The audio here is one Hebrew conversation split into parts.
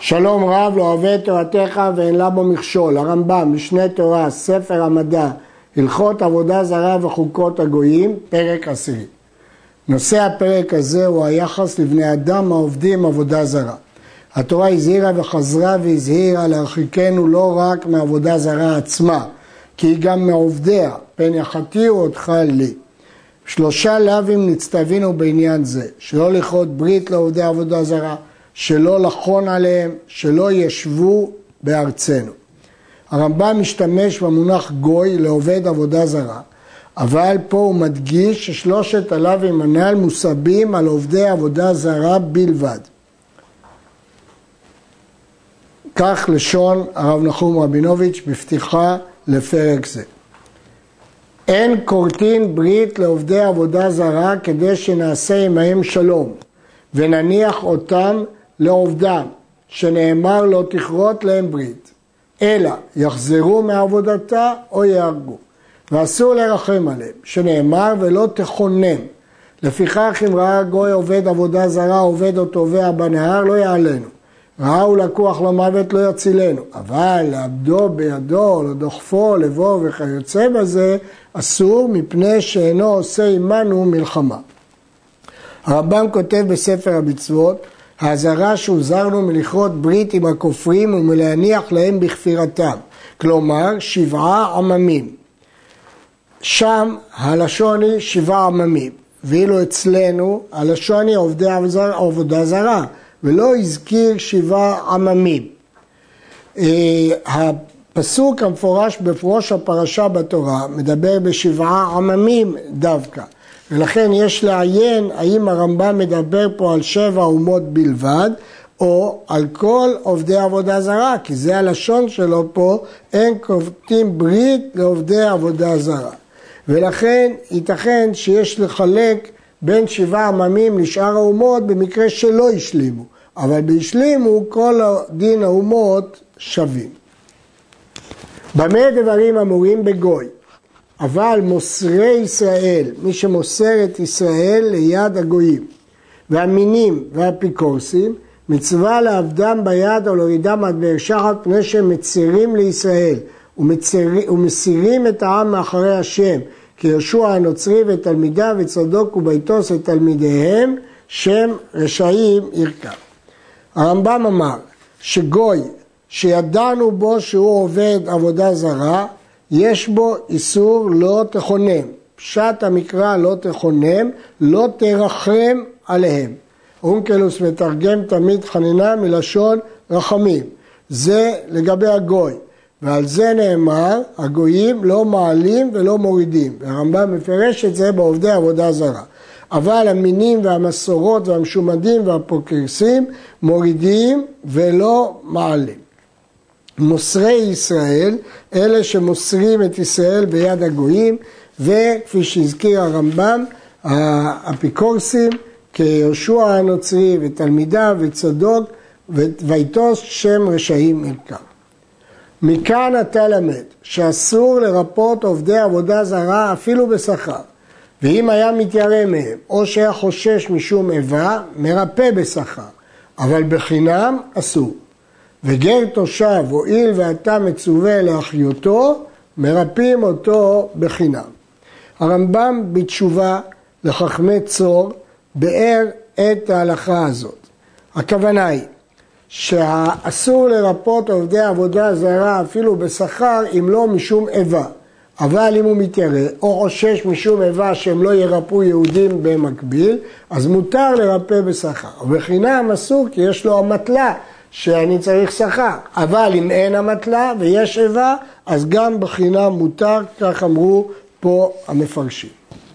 שלום רב לא אוהב את תורתך ואין לה בו מכשול. הרמב"ם, משנה תורה, ספר המדע, הלכות עבודה זרה וחוקות הגויים, פרק 10. נושא הפרק הזה הוא היחס לבני אדם העובדים עבודה זרה. התורה הזהירה וחזרה והזהירה להרחיקנו לא רק מעבודה זרה עצמה, כי היא גם מעובדיה, פן יחתיהו אותך לי. 3 לאווים נצטווינו בעניין זה, שלא לכרות ברית לעובדי עבודה זרה, שלא לחון עליהם, שלא ישבו בארצנו. הרמב"ם משתמש במונח גוי לעובד עבודה זרה, אבל פה הוא מדגיש ש3 הלאווים הנ"ל מוסבים על עובדי עבודה זרה בלבד. כך לשון הרב נחום רבינוביץ' בפתיחה לפרק זה. אין כורתין ברית לעובדי עבודה זרה כדי שנעשה עמהם שלום, ונניח אותם לעובדם, שנאמר לא תכרות להם ברית, אלא יחזרו מעבודתה או יהרגו, ואסור לרחם עליהם, שנאמר ולא תכונם. לפיכך אם ראה גוי עובד עבודה זרה עובד או טובע בנהר לא יעלנו, ראהו לקוח למוות לא יצילנו, אבל לעבדו בידו, לדוחפו, לבוא וכיוצא בזה, אסור מפני שאינו עושה עמנו מלחמה. הרמב"ם כותב בספר המצוות, האזהרה שהוזהרנו מלכרות ברית עם הכופרים ומלהניח להם בכפירתם, כלומר 7 עממים. שם הלשון היא 7 עממים, ואילו אצלנו הלשון היא עובדי עבודה זרה, ולא הזכיר 7 עממים. הפסוק המפורש בפרוש הפרשה בתורה מדבר ב7 עממים דווקא, ולכן יש לעיין האם הרמב"ם מדבר פה על 7 אומות בלבד, או על כל עובדי עבודה זרה, כי זה הלשון שלו פה, אין כורתים ברית לעובדי עבודה זרה. ולכן ייתכן שיש לחלק בין 7 עממים לשאר האומות במקרה שלא השלימו, אבל בהשלימו כל דין האומות שווים. במה דברים אמורים בגוי? אבל מוסרי ישראל, מי שמוסר את ישראל ליד הגויים, והמינים והאפיקורסים, מצווה לעבדם ביד או להורידם עד באר שחת, פני שהם מצירים לישראל, ומסירים את העם מאחרי השם, כי יהושע הנוצרי ותלמידיו וצדוק וביתוס ותלמידיהם, שם רשעים ירכב. הרמב"ם אמר שגוי שידענו בו שהוא עובד עבודה זרה, יש בו איסור לא תכונם. פשט המקרא לא תכונם, לא תרחם עליהם. אונקלוס מתרגם תמיד חנינה מלשון רחמים. זה לגבי הגוי. ועל זה נאמר, הגויים לא מעלים ולא מורידים. והרמב"ם מפרש את זה בעובדי עבודה זרה. אבל המינים והמסורות והמשומדים והאפיקורסים מורידים ולא מעלים. מוסרי ישראל, אלה שמוסרים את ישראל ביד הגויים, וכפי שהזכיר הרמב"ם, האפיקורסים כיהושע הנוצרי ותלמידיו וצדוק וביתוס שם רשעים ירכב. מכאן אתה למד שאסור לרפות עובדי עבודה זרה אפילו בשכר, ואם היה מתיירא מהם או שהיה חושש משום איבה, מרפא בשכר, אבל בחינם אסור. וגר תושב הואיל ואתה מצווה לאחיותו, מרפאים אותו בחינם. הרמב"ם בתשובה לחכמי צור באר את ההלכה הזאת. הכוונה היא שאסור לרפות עובדי עבודה זרה אפילו בשכר אם לא משום איבה. אבל אם הוא מתיירא או חושש משום איבה שהם לא ירפאו יהודים במקביל, אז מותר לרפא בשכר. ובחינם אסור כי יש לו המטלה שאני צריך שכר. אבל אם אין המטלה ויש איבה, אז גם בחינם מותר, כך אמרו פה המפרשים.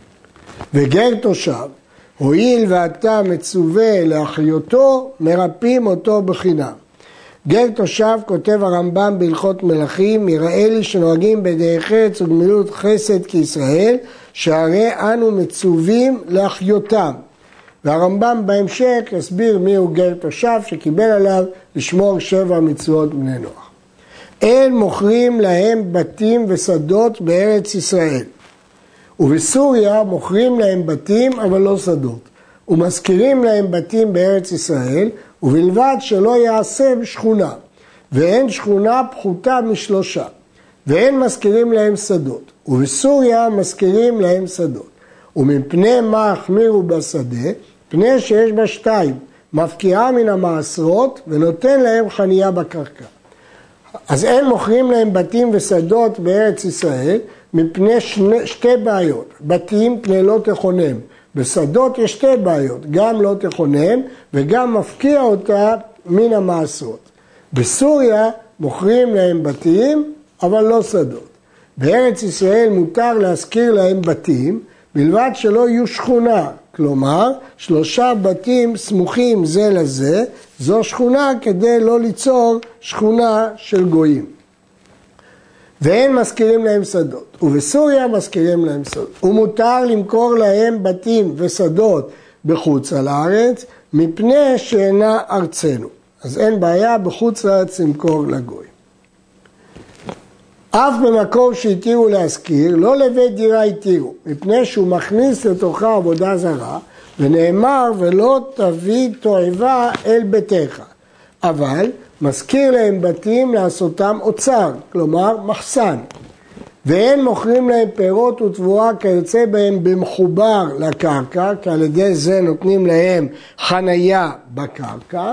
וגר תושב, הואיל ואתה מצווה לאחיותו, מרפאים אותו בחינם. גר תושב, כותב הרמב"ם בהלכות מלכים, יראה לי שנוהגים בדרך חץ וגמילות חסד כישראל, שהרי אנו מצווים לאחיותם. והרמב"ם בהמשך יסביר מיהו גר תושב שקיבל עליו לשמור 7 מצוות בני נוח. אין מוכרים להם בתים ושדות בארץ ישראל. ובסוריה מוכרים להם בתים אבל לא שדות. ומזכירים להם בתים בארץ ישראל ובלבד שלא יעשה בשכונה, ואין שכונה פחותה מ3, ואין מזכירים להם שדות, ובסוריה מזכירים להם שדות. ומפני מה החמירו בשדה? פני שיש בה 2, מפקיעה מן המעשרות ונותן להם חנייה בקרקע. אז אין מוכרים להם בתים ושדות בארץ ישראל מפני 2 בעיות. בתים פני לא תכונם. בשדות יש 2 בעיות, גם לא תכונם וגם מפקיע אותה מן המעשרות. בסוריה מוכרים להם בתים אבל לא שדות. בארץ ישראל מותר להשכיר להם בתים בלבד שלא יהיו שכונה. כלומר, 3 בתים סמוכים זה לזה, זו שכונה כדי לא ליצור שכונה של גויים. ואין מזכירים להם שדות, ובסוריה מזכירים להם שדות. ומותר למכור להם בתים ושדות בחוץ על הארץ, מפני שאינה ארצנו. אז אין בעיה בחוץ לארץ למכור לגויים. אף במקום שהתירו להשכיר, לא לבית דירה התירו, מפני שהוא מכניס לתוכה עבודה זרה, ונאמר ולא תביא תועבה אל ביתך. אבל מזכיר להם בתים לעשותם אוצר, כלומר מחסן. ואין מוכרים להם פירות ותבואה כיוצא בהם במחובר לקרקע, כי על ידי זה נותנים להם חנייה בקרקע.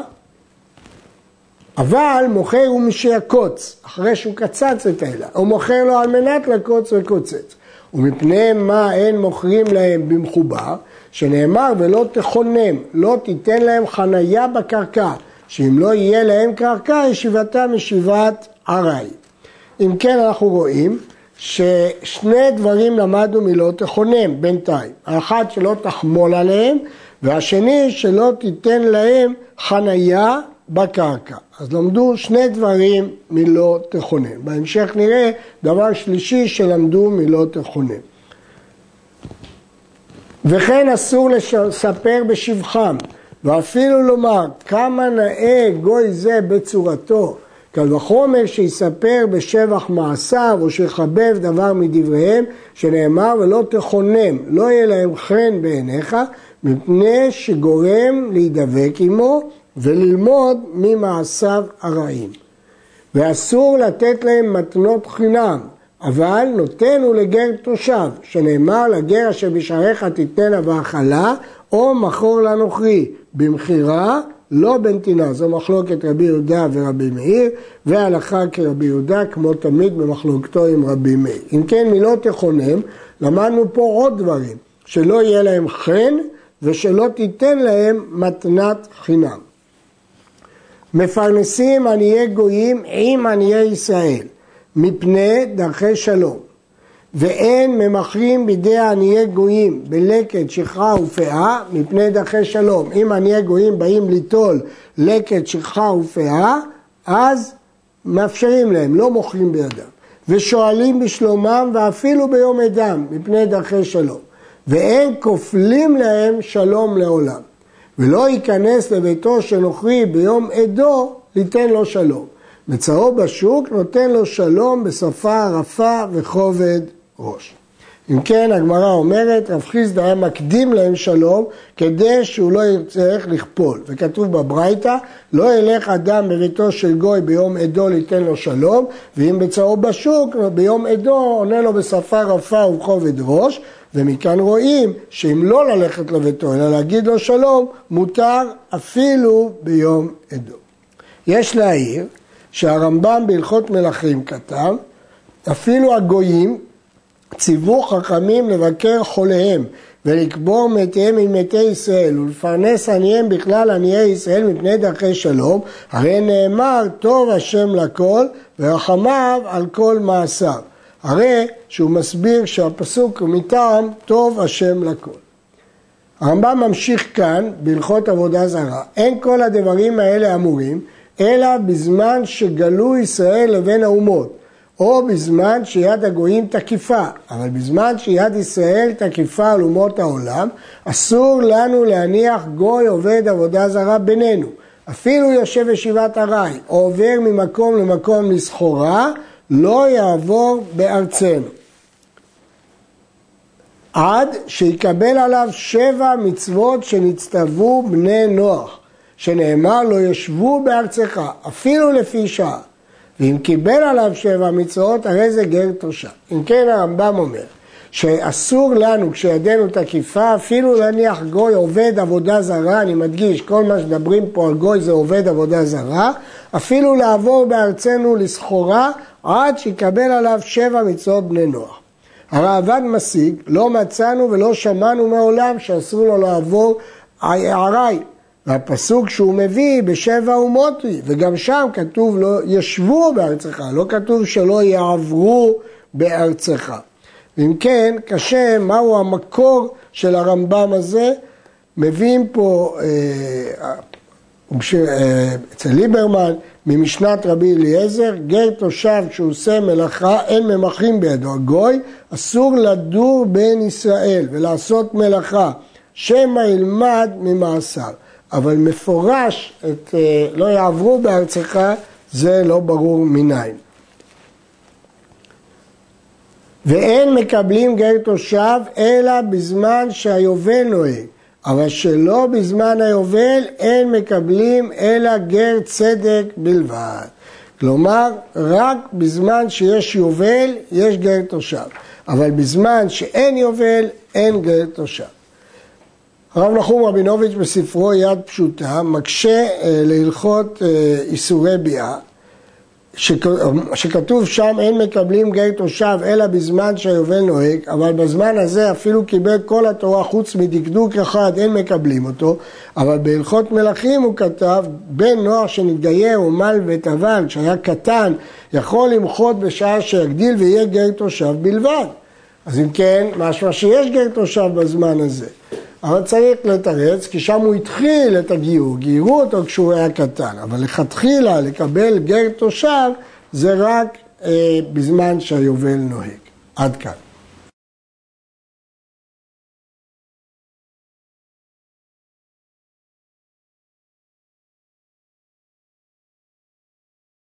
אבל מוכר הוא משיקוץ, אחרי שהוא קצץ את האלה, הוא מוכר לו על מנת לקוץ וקוצץ. ומפני מה אין מוכרים להם במחובר, שנאמר ולא תכונם, לא תיתן להם חנייה בקרקע, שאם לא יהיה להם קרקע, ישיבתם ישיבת ערי. אם כן אנחנו רואים ששני דברים למדנו מלא תכונם בינתיים. האחד שלא תחמול עליהם, והשני שלא תיתן להם חנייה בקרקע. אז למדו 2 דברים מלא תכונם. בהמשך נראה דבר שלישי שלמדו מלא תכונם. וכן אסור לספר בשבחם, ואפילו לומר כמה נאה גוי זה בצורתו, קל וחומר שיספר בשבח מעשיו או שיחבב דבר מדבריהם, שנאמר ולא תכונם, לא יהיה להם חן בעיניך, מפני שגורם להידבק עמו וללמוד ממעשיו הרעים. ואסור לתת להם מתנות חינם, אבל נותן הוא לגר תושב, שנאמר לגר אשר בשעריך תיתנה והאכלה, או מכור לנוכרי, במחירה לא בנתינה. זו מחלוקת רבי יהודה ורבי מאיר, והלכה כרבי יהודה כמו תמיד במחלוקתו עם רבי מאיר. אם כן מלא תכונם, למדנו פה עוד דברים, שלא יהיה להם חן ושלא תיתן להם מתנת חינם. מפרנסים עניי גויים עם עניי ישראל, מפני דרכי שלום. ואין ממכרים בידי עניי גויים בלקט, שכחה ופאה, מפני דרכי שלום. אם עניי גויים באים ליטול לקט, שכחה ופאה, אז מאפשרים להם, לא מוכרים בידם. ושואלים בשלומם ואפילו ביום אדם, מפני דרכי שלום. ואין כופלים להם שלום לעולם. ולא ייכנס לביתו של נוכרי ביום עדו, ליתן לו שלום. מצאו בשוק נותן לו שלום בשפה רפה וכובד ראש. אם כן הגמרא אומרת, רב חיסדא היה מקדים להם שלום כדי שהוא לא יצטרך לכפול. וכתוב בברייתא, לא ילך אדם בביתו של גוי ביום עדו ליתן לו שלום, ואם מצאו בשוק ביום עדו עונה לו בשפה רפה וכובד ראש. ומכאן רואים שאם לא ללכת לביתו אלא להגיד לו שלום, מותר אפילו ביום עדו. יש להעיר שהרמב"ם בהלכות מלכים כתב, אפילו הגויים ציוו חכמים לבקר חוליהם ולקבור מתיהם עם מתי ישראל ולפרנס עניהם בכלל עניי ישראל מפני דרכי שלום, הרי נאמר טוב השם לכל ורחמיו על כל מעשיו. הרי שהוא מסביר שהפסוק הוא מטעם טוב השם לכל. הרמב"ם ממשיך כאן בהלכות עבודה זרה. אין כל הדברים האלה אמורים, אלא בזמן שגלו ישראל לבין האומות, או בזמן שיד הגויים תקיפה. אבל בזמן שיד ישראל תקיפה על אומות העולם, אסור לנו להניח גוי עובד עבודה זרה בינינו. אפילו יושב ישיבת ארעי, או עובר ממקום למקום לסחורה, לא יעבור בארצנו. עד שיקבל עליו 7 מצוות שנצטוו בני נוח, שנאמר לו ישבו בארצך, אפילו לפי שעה. ואם קיבל עליו 7 מצוות, הרי זה גר תושב. אם כן הרמב"ם אומר, שאסור לנו כשידנו תקיפה, אפילו להניח גוי עובד עבודה זרה, אני מדגיש, כל מה שדברים פה על גוי זה עובד עבודה זרה, אפילו לעבור בארצנו לסחורה, עד שיקבל עליו 7 מצוות בני נוח. הראב"ד משיג, לא מצאנו ולא שמענו מעולם שאסור לו לעבור ערי. והפסוק שהוא מביא ב7 ומותי, וגם שם כתוב לא ישבו בארצך, לא כתוב שלא יעברו בארצך. ואם כן, קשה, מהו המקור של הרמב"ם הזה? מביאים פה אצל ליברמן ממשנת רבי אליעזר, גר תושב שהוא עושה מלאכה, אין ממחים בידו. הגוי אסור לדור בין ישראל ולעשות מלאכה, שמא ילמד ממעשיו. אבל מפורש את לא יעברו בארצך, זה לא ברור מניין. ואין מקבלים גר תושב אלא בזמן שהיובל נוהג, אבל שלא בזמן היובל אין מקבלים אלא גר צדק בלבד. כלומר, רק בזמן שיש יובל יש גר תושב, אבל בזמן שאין יובל אין גר תושב. הרב נחום רבינוביץ' בספרו יד פשוטה מקשה להלכות איסורי ביאה, שכתוב שם אין מקבלים גר תושב אלא בזמן שהיובל נוהג, אבל בזמן הזה אפילו קיבל כל התורה חוץ מדקדוק אחד אין מקבלים אותו, אבל בהלכות מלכים הוא כתב בן נוער שנתגייר או מל וטבל שהיה קטן יכול למחות בשעה שיגדיל ויהיה גר תושב בלבד. אז אם כן, משמע שיש גר תושב בזמן הזה. אבל צריך לתרץ, כי שם הוא התחיל את הגיור, גיירו אותו כשהוא היה קטן, אבל לכתחילה לקבל גר תושב זה רק בזמן שהיובל נוהג. עד כאן.